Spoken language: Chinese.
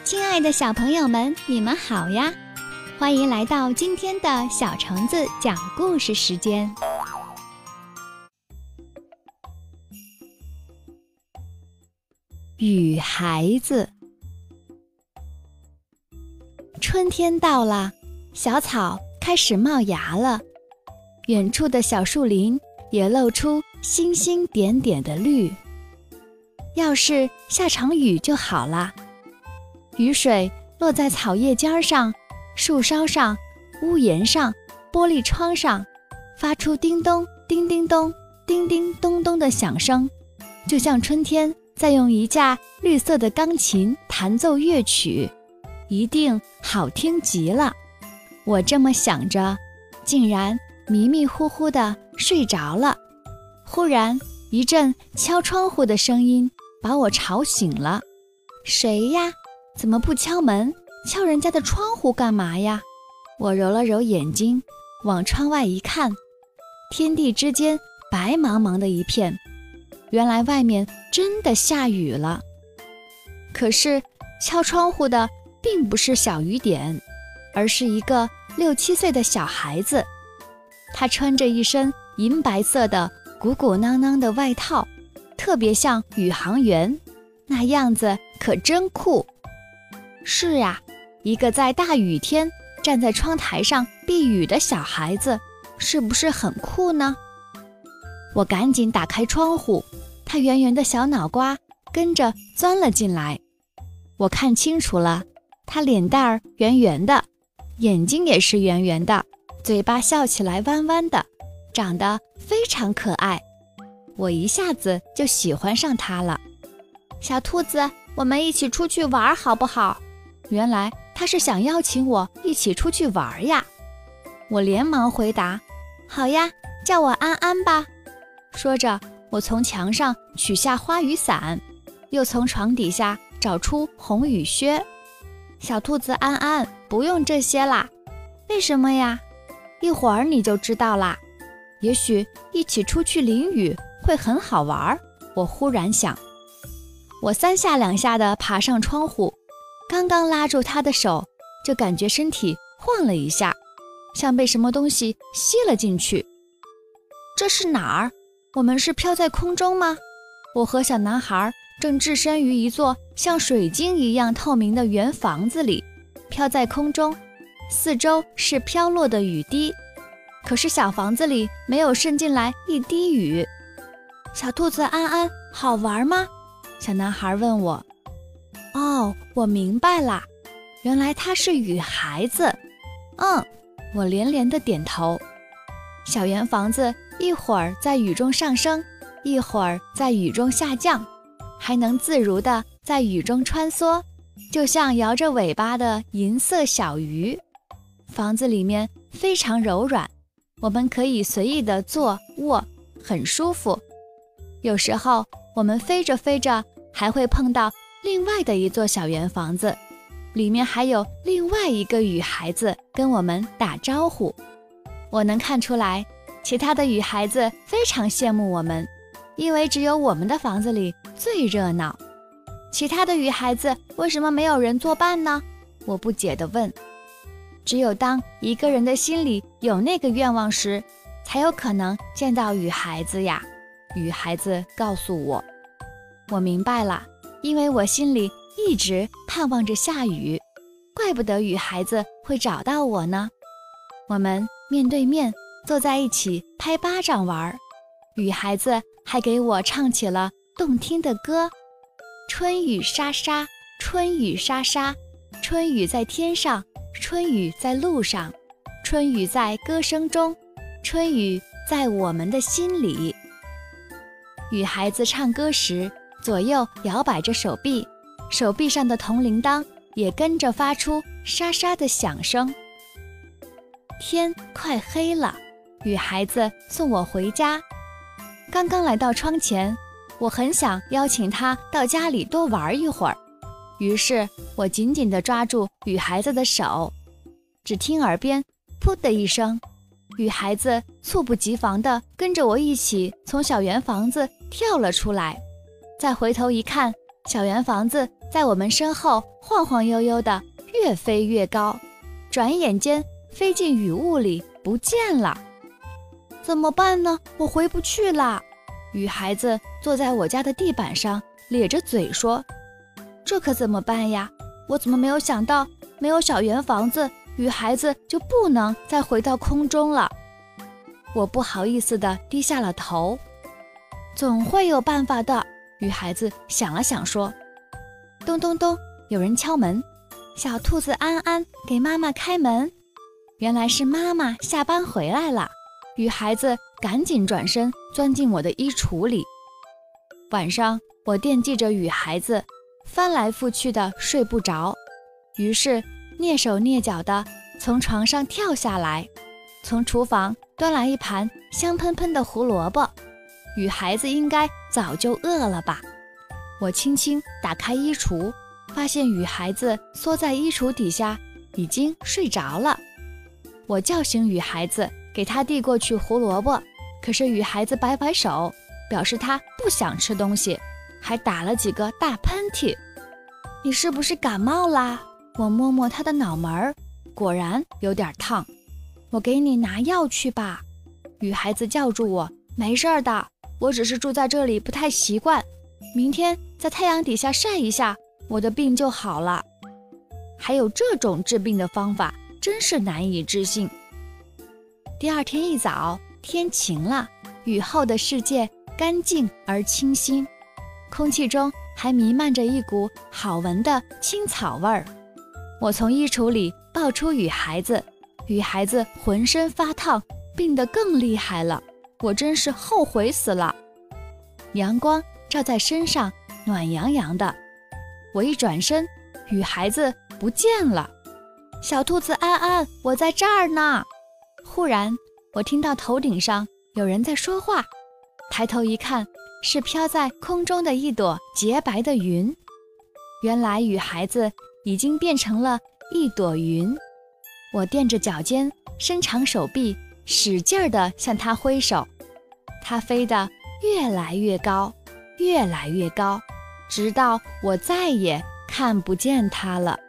亲爱的小朋友们，你们好呀！欢迎来到今天的小橙子讲故事时间。雨孩子。春天到了，小草开始冒芽了，远处的小树林也露出星星点点的绿。要是下场雨就好了，雨水落在草叶尖上、树梢上、屋檐上、玻璃窗上，发出叮咚叮叮咚、叮叮咚咚的响声，就像春天在用一架绿色的钢琴弹奏乐曲，一定好听极了。我这么想着，竟然迷迷糊糊地睡着了。忽然一阵敲窗户的声音把我吵醒了。谁呀？怎么不敲门？敲人家的窗户干嘛呀？我揉了揉眼睛，往窗外一看，天地之间白茫茫的一片，原来外面真的下雨了。可是敲窗户的并不是小雨点，而是一个6、7岁的小孩子。他穿着一身银白色的鼓鼓囊囊的外套，特别像宇航员，那样子可真酷。是呀，一个在大雨天站在窗台上避雨的小孩子，是不是很酷呢？我赶紧打开窗户，他圆圆的小脑瓜跟着钻了进来。我看清楚了，他脸蛋儿圆圆的，眼睛也是圆圆的，嘴巴笑起来弯弯的，长得非常可爱。我一下子就喜欢上他了。小兔子，我们一起出去玩好不好？原来他是想邀请我一起出去玩呀。我连忙回答，好呀，叫我安安吧。说着，我从墙上取下花雨伞，又从床底下找出红雨靴。小兔子安安，不用这些啦。为什么呀？一会儿你就知道啦。也许一起出去淋雨会很好玩。我忽然想，我3下2下地爬上窗户，刚刚拉住他的手，就感觉身体晃了一下，像被什么东西吸了进去。这是哪儿？我们是飘在空中吗？我和小男孩正置身于一座像水晶一样透明的圆房子里，飘在空中，四周是飘落的雨滴，可是小房子里没有渗进来一滴雨。小兔子安安，好玩吗？小男孩问我。哦，我明白啦，原来他是雨孩子。我连连地点头。小圆房子一会儿在雨中上升，一会儿在雨中下降，还能自如地在雨中穿梭，就像摇着尾巴的银色小鱼。房子里面非常柔软，我们可以随意地坐卧，很舒服。有时候我们飞着飞着还会碰到另外的一座小圆房子，里面还有另外一个雨孩子跟我们打招呼。我能看出来，其他的雨孩子非常羡慕我们，因为只有我们的房子里最热闹。其他的雨孩子为什么没有人作伴呢？我不解地问。只有当一个人的心里有那个愿望时，才有可能见到雨孩子呀。雨孩子告诉我。我明白了，因为我心里一直盼望着下雨，怪不得雨孩子会找到我呢。我们面对面坐在一起拍巴掌玩，雨孩子还给我唱起了动听的歌。春雨沙沙，春雨沙沙，春雨在天上，春雨在路上，春雨在歌声中，春雨在我们的心里。雨孩子唱歌时，左右摇摆着手臂，手臂上的铜铃铛也跟着发出沙沙的响声。天快黑了，雨孩子送我回家。刚刚来到窗前，我很想邀请他到家里多玩一会儿，于是我紧紧地抓住雨孩子的手，只听耳边噗的一声，雨孩子猝不及防地跟着我一起从小圆房子跳了出来。再回头一看， 小圆房子在我们身后晃晃悠悠的越飞越高，转眼间飞进雨雾里不见了。怎么办呢？我回不去啦！雨孩子坐在我家的地板上，咧着嘴说：“这可怎么办呀？我怎么没有想到，没有小圆房子，雨孩子就不能再回到空中了。”我不好意思地低下了头。总会有办法的，雨孩子想了想说。咚咚咚，有人敲门，小兔子安安给妈妈开门。原来是妈妈下班回来了。雨孩子赶紧转身钻进我的衣橱里。晚上我惦记着雨孩子，翻来覆去的睡不着，于是蹑手蹑脚的从床上跳下来，从厨房端来一盘香喷喷的胡萝卜。雨孩子应该早就饿了吧。我轻轻打开衣橱，发现雨孩子缩在衣橱底下已经睡着了。我叫醒雨孩子，给他递过去胡萝卜，可是雨孩子摆摆手，表示他不想吃东西，还打了几个大喷嚏。你是不是感冒啦？我摸摸他的脑门儿，果然有点烫。我给你拿药去吧。雨孩子叫住我，没事的，我只是住在这里不太习惯，明天在太阳底下晒一下，我的病就好了。还有这种治病的方法，真是难以置信。第二天一早，天晴了，雨后的世界干净而清新，空气中还弥漫着一股好闻的青草味儿。我从衣橱里抱出雨孩子，雨孩子浑身发烫，病得更厉害了，我真是后悔死了。阳光照在身上，暖洋洋的。我一转身，雨孩子不见了。小兔子安安，我在这儿呢。忽然，我听到头顶上有人在说话，抬头一看，是飘在空中的一朵洁白的云。原来雨孩子已经变成了一朵云。我踮着脚尖，伸长手臂，使劲地向它挥手。它飞得越来越高，越来越高，直到我再也看不见它了。